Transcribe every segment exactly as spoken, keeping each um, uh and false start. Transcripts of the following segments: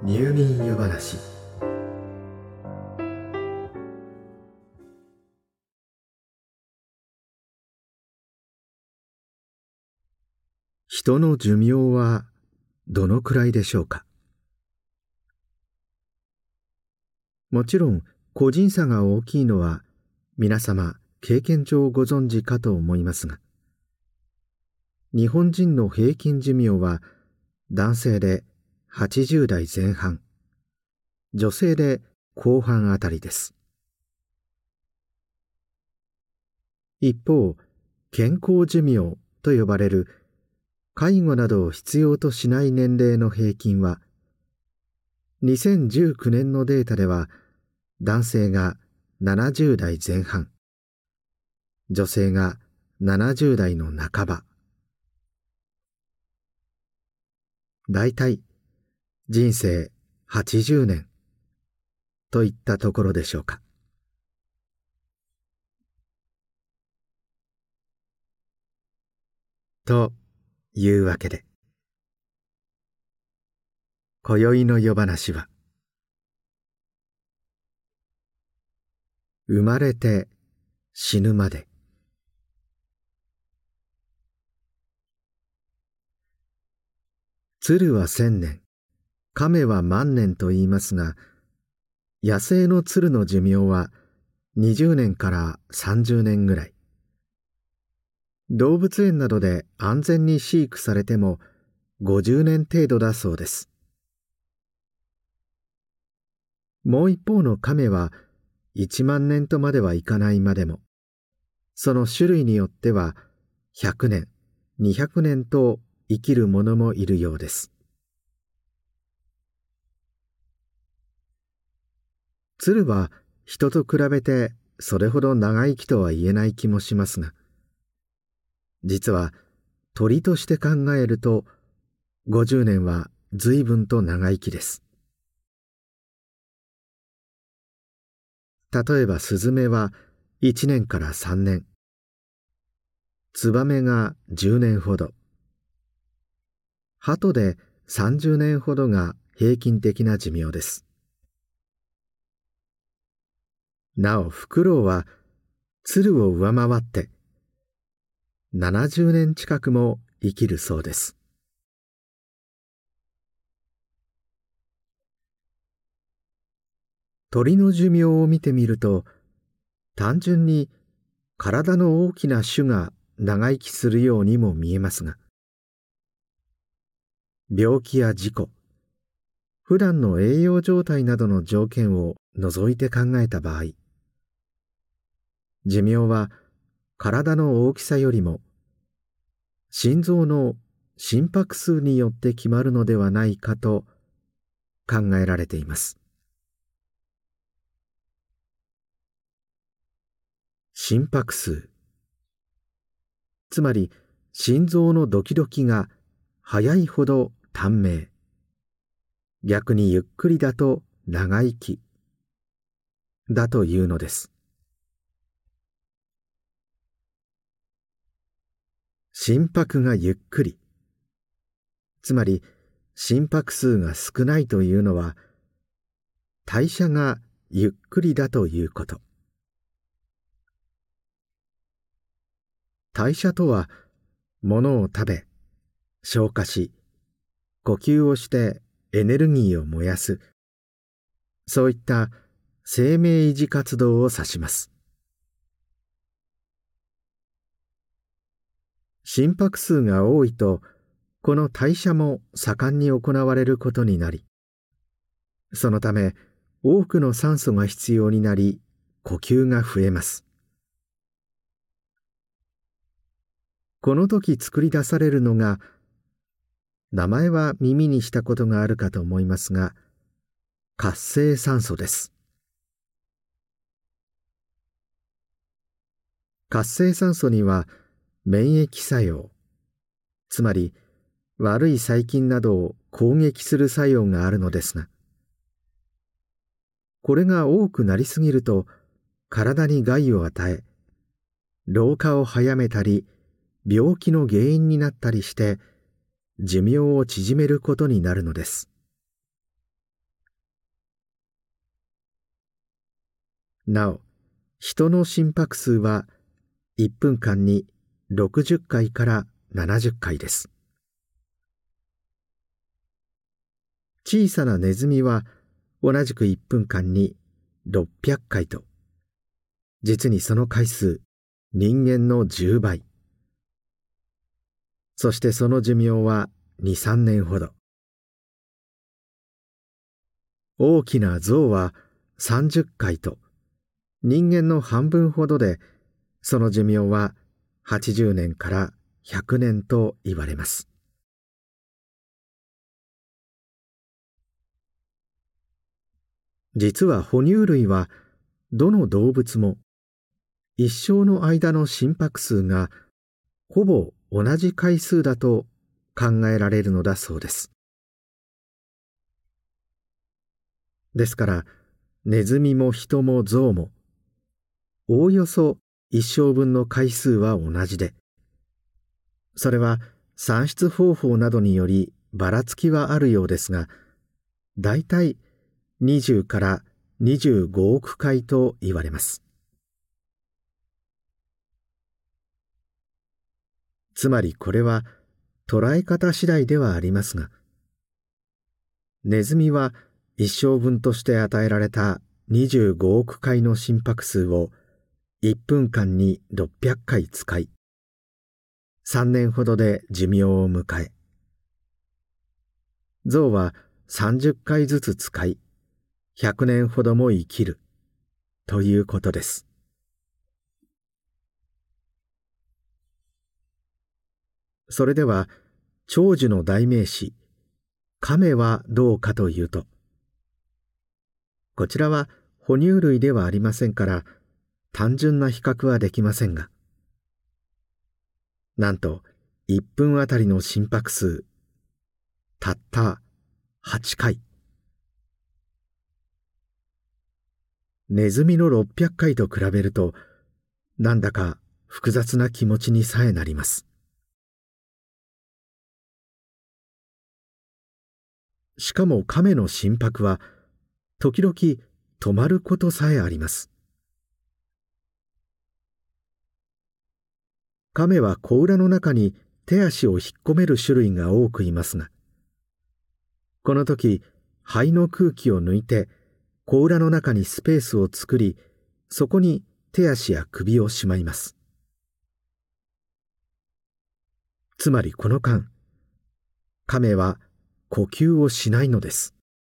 入眠湯話。人の寿命はどのくらいでしょうか。もちろん個人差が大きいのは皆様経験上ご存知かと思いますが、日本人の平均寿命は男性ではちじゅう代前半、女性で後半あたりです。一方、健康寿命と呼ばれる介護などを必要としない年齢の平均は、にせんじゅうきゅうねんのデータでは男性がななじゅう代前半、女性がななじゅう代の半ば、だいたい人生はちじゅうねんといったところでしょうか。というわけで、今宵の夜話は、生まれて死ぬまで。鶴は千年、亀は万年と言いますが、野生の鶴の寿命はにじゅうねんからさんじゅうねんぐらい。動物園などで安全に飼育されてもごじゅうねん程度だそうです。もう一方の亀はいちまん年とまではいかないまでも、その種類によってはひゃくねん、にひゃくねんと生きるものもいるようです。鶴は人と比べてそれほど長生きとは言えない気もしますが、実は鳥として考えるとごじゅうねんは随分と長生きです。例えばスズメはいちねんからさんねん、ツバメがじゅうねんほど、鳩でさんじゅうねんほどが平均的な寿命です。なおフクロウは鶴を上回ってななじゅうねん近くも生きるそうです。鳥の寿命を見てみると、単純に体の大きな種が長生きするようにも見えますが、病気や事故、普段の栄養状態などの条件を除いて考えた場合、寿命は体の大きさよりも心臓の心拍数によって決まるのではないかと考えられています。心拍数、つまり心臓のドキドキが速いほど短命、逆にゆっくりだと長生きだというのです。心拍がゆっくり、つまり心拍数が少ないというのは代謝がゆっくりだということ。代謝とは、物を食べ消化し呼吸をしてエネルギーを燃やす、そういった生命維持活動を指します。心拍数が多いとこの代謝も盛んに行われることになり、そのため多くの酸素が必要になり呼吸が増えます。この時作り出されるのが、名前は耳にしたことがあるかと思いますが、活性酸素です。活性酸素には免疫作用、つまり悪い細菌などを攻撃する作用があるのですが、これが多くなりすぎると体に害を与え、老化を早めたり病気の原因になったりして寿命を縮めることになるのです。 なお、人の心拍数はいっぷんかんにろくじゅっかいからななじゅっかいです。小さなネズミは同じくいっぷんかんにろっぴゃっかいと、実にその回数、人間のじゅうばい。そしてその寿命はに、さんねんほど。大きな象はさんじゅっかいと、人間の半分ほどで、その寿命ははちじゅうねんからひゃくねんと言われます。実は哺乳類はどの動物も一生の間の心拍数がほぼ同じ回数だと考えられるのだそうです。ですからネズミも人も象もおおよそ一生分の回数は同じで、それは算出方法などによりばらつきはあるようですが、だいたいにじゅうからにじゅうごおくかいと言われます。つまりこれは捉え方次第ではありますが、ネズミは一生分として与えられたにじゅうごおくかいの心拍数をいっぷんかんにろっぴゃっかい使い、さんねんほどで寿命を迎え、象はさんじゅっかいずつ使い、ひゃくねんほども生きるということです。それでは長寿の代名詞亀はどうかというと、こちらは哺乳類ではありませんから単純な比較はできませんが、なんといっぷんあたりの心拍数たったはちかい、ネズミのろっぴゃっかいと比べるとなんだか複雑な気持ちにさえなります。しかも亀の心拍は時々止まることさえあります。亀は甲羅の中に手足を引っ込める種類が多くいますが、この時肺の空気を抜いて甲羅の中にスペースを作り、そこに手足や首をしまいます。つまりこの間、亀は呼吸をしないのです。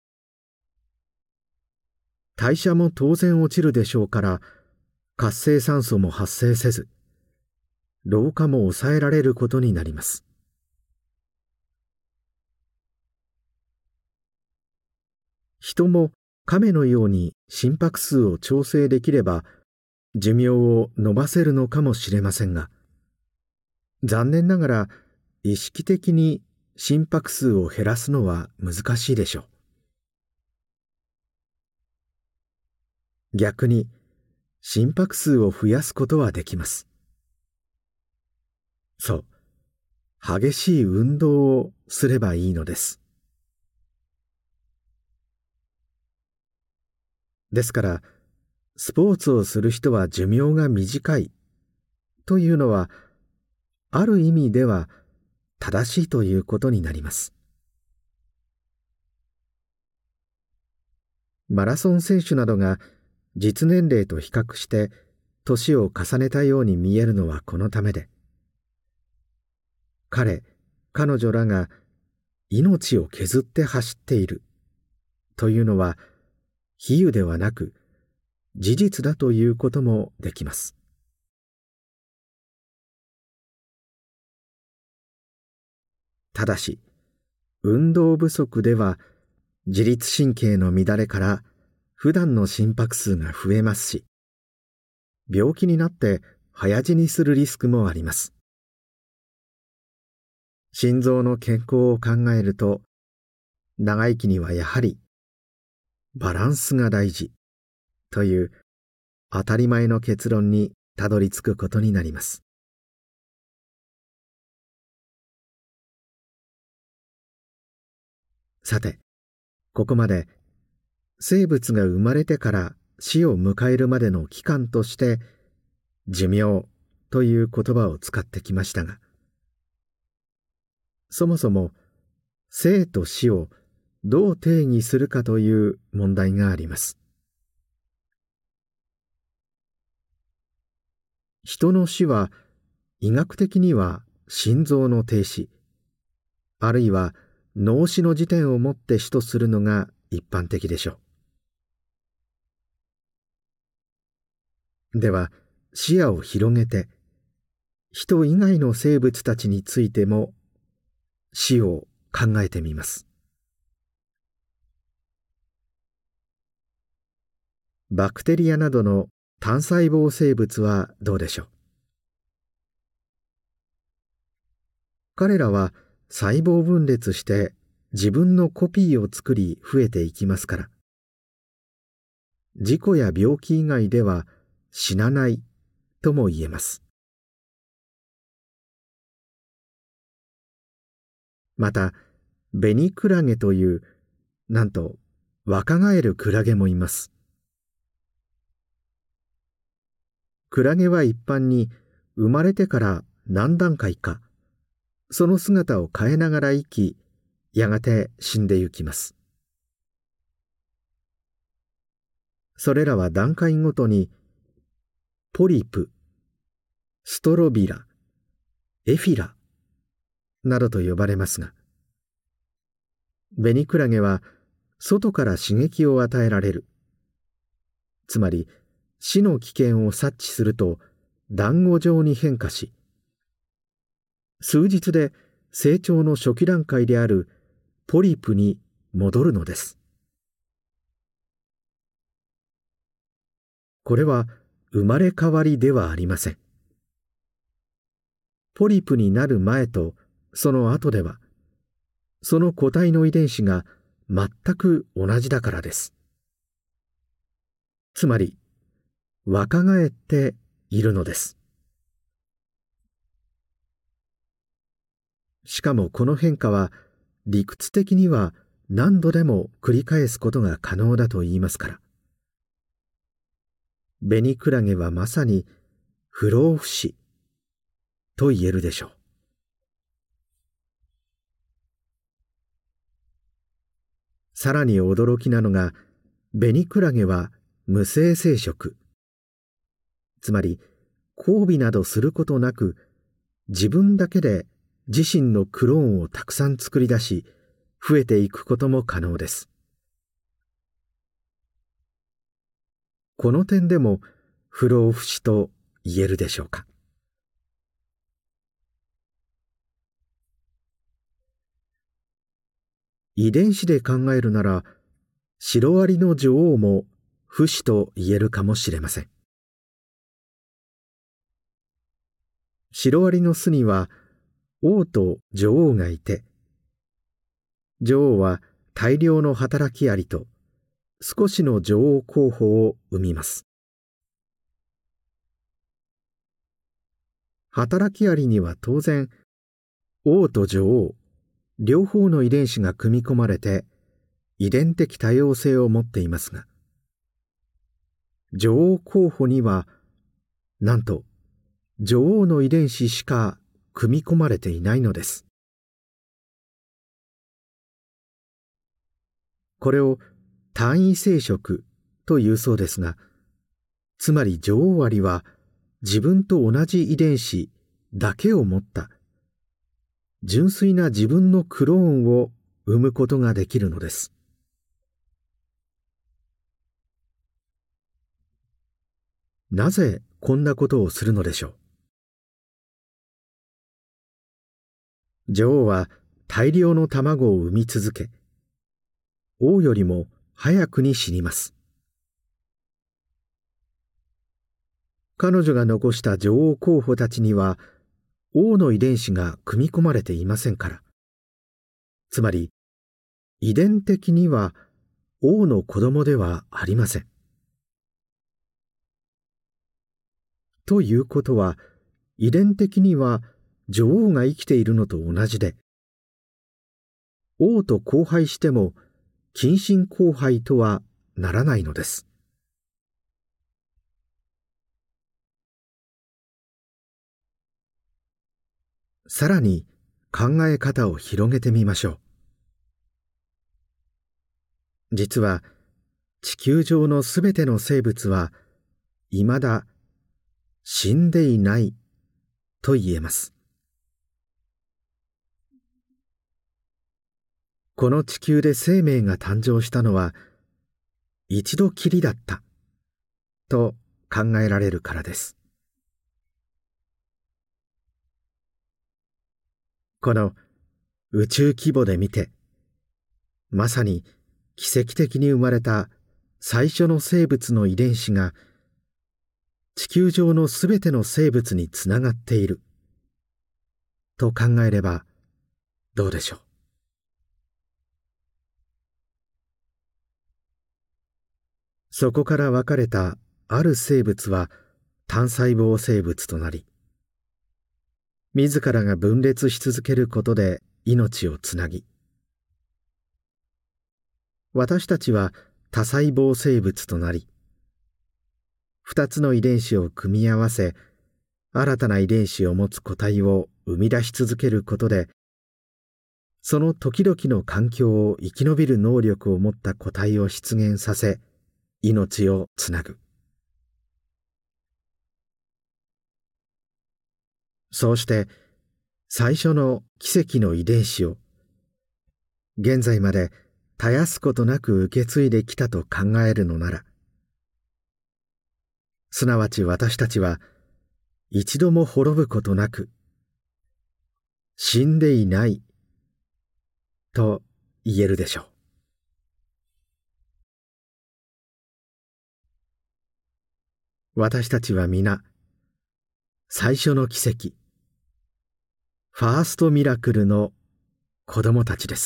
代謝も当然落ちるでしょうから、活性酸素も発生せず、老化も抑えられることになります。人も亀のように心拍数を調整できれば寿命を延ばせるのかもしれませんが、残念ながら意識的に心拍数を減らすのは難しいでしょう。逆に心拍数を増やすことはできます。そう、激しい運動をすればいいのです。ですからスポーツをする人は寿命が短いというのはある意味では正しいということになります。マラソン選手などが実年齢と比較して年を重ねたように見えるのはこのためで、彼、彼女らが命を削って走っているというのは比喩ではなく事実だということもできます。ただし運動不足では自律神経の乱れから普段の心拍数が増えますし、病気になって早死にするリスクもあります。心臓の健康を考えると、長生きにはやはりバランスが大事という当たり前の結論にたどり着くことになります。さて、ここまで生物が生まれてから死を迎えるまでの期間として寿命という言葉を使ってきましたが、そもそも生と死をどう定義するかという問題があります。人の死は医学的には心臓の停止、あるいは脳死の時点をもって死とするのが一般的でしょう。では視野を広げて、人以外の生物たちについても死を考えてみます。バクテリアなどの単細胞生物はどうでしょう。彼らは細胞分裂して自分のコピーを作り増えていきますから、事故や病気以外では死なないとも言えます。またベニクラゲというなんと若返るクラゲもいます。クラゲは一般に生まれてから何段階かその姿を変えながら生き、やがて死んでゆきます。それらは段階ごとにポリプ、ストロビラ、エフィラなどと呼ばれますが、ベニクラゲは外から刺激を与えられる、つまり死の危険を察知すると団子状に変化し、数日で成長の初期段階であるポリプに戻るのです。これは生まれ変わりではありません。ポリプになる前とその後では、その個体の遺伝子が全く同じだからです。つまり、若返っているのです。しかもこの変化は理屈的には何度でも繰り返すことが可能だと言いますから。ベニクラゲはまさに不老不死と言えるでしょう。さらに驚きなのが、ベニクラゲは無性生殖、つまり交尾などすることなく自分だけで自身のクローンをたくさん作り出し増えていくことも可能です。この点でも不老不死と言えるでしょうか。遺伝子で考えるなら、シロアリの女王も不死と言えるかもしれません。シロアリの巣には王と女王がいて、女王は大量の働きアリと少しの女王候補を生みます。働きアリには当然王と女王両方の遺伝子が組み込まれて遺伝的多様性を持っていますが、女王候補にはなんと女王の遺伝子しか組み込まれていないのです。これを単位生殖というそうですが、つまり女王アリは自分と同じ遺伝子だけを持った純粋な自分のクローンを生むことができるのです。なぜこんなことをするのでしょう。女王は大量の卵を産み続け、王よりも早くに死にます。彼女が残した女王候補たちには王の遺伝子が組み込まれていませんから、つまり遺伝的には王の子供ではありません。ということは、遺伝的には女王が生きているのと同じで、王と交配しても近親交配とはならないのです。 さらに考え方を広げてみましょう。実は地球上のすべての生物は未だ死んでいないと言えます。この地球で生命が誕生したのは一度きりだったと考えられるからです。この宇宙規模で見て、まさに奇跡的に生まれた最初の生物の遺伝子が地球上のすべての生物につながっていると考えればどうでしょう。そこから分かれたある生物は単細胞生物となり、自らが分裂し続けることで命をつなぎ、私たちは多細胞生物となり、二つの遺伝子を組み合わせ、新たな遺伝子を持つ個体を生み出し続けることで、その時々の環境を生き延びる能力を持った個体を出現させ、命をつなぐ。そうして最初の奇跡の遺伝子を現在まで絶やすことなく受け継いできたと考えるのなら、すなわち私たちは一度も滅ぶことなく死んでいないと言えるでしょう。私たちは皆最初の奇跡、ファーストミラクルの子供たちです。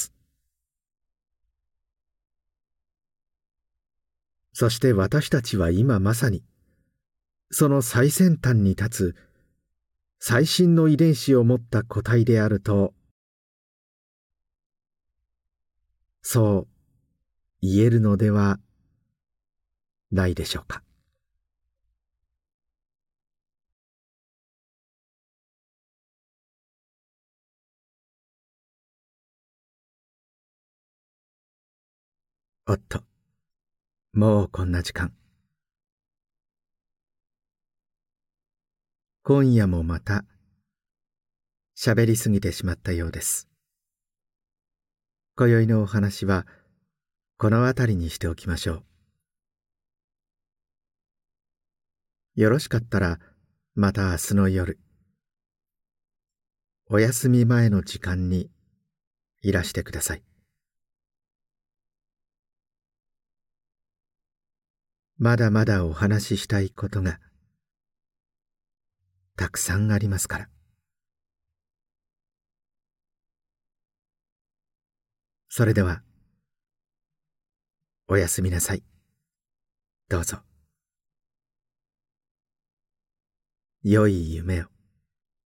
そして私たちは今まさにその最先端に立つ最新の遺伝子を持った個体であると、そう言えるのではないでしょうか。おっと、もうこんな時間。今夜もまた喋りすぎてしまったようです。今宵のお話はこの辺りにしておきましょう。よろしかったらまた明日の夜、お休み前の時間にいらしてください。まだまだお話ししたいことがたくさんありますから。それではおやすみなさい。どうぞ。良い夢を。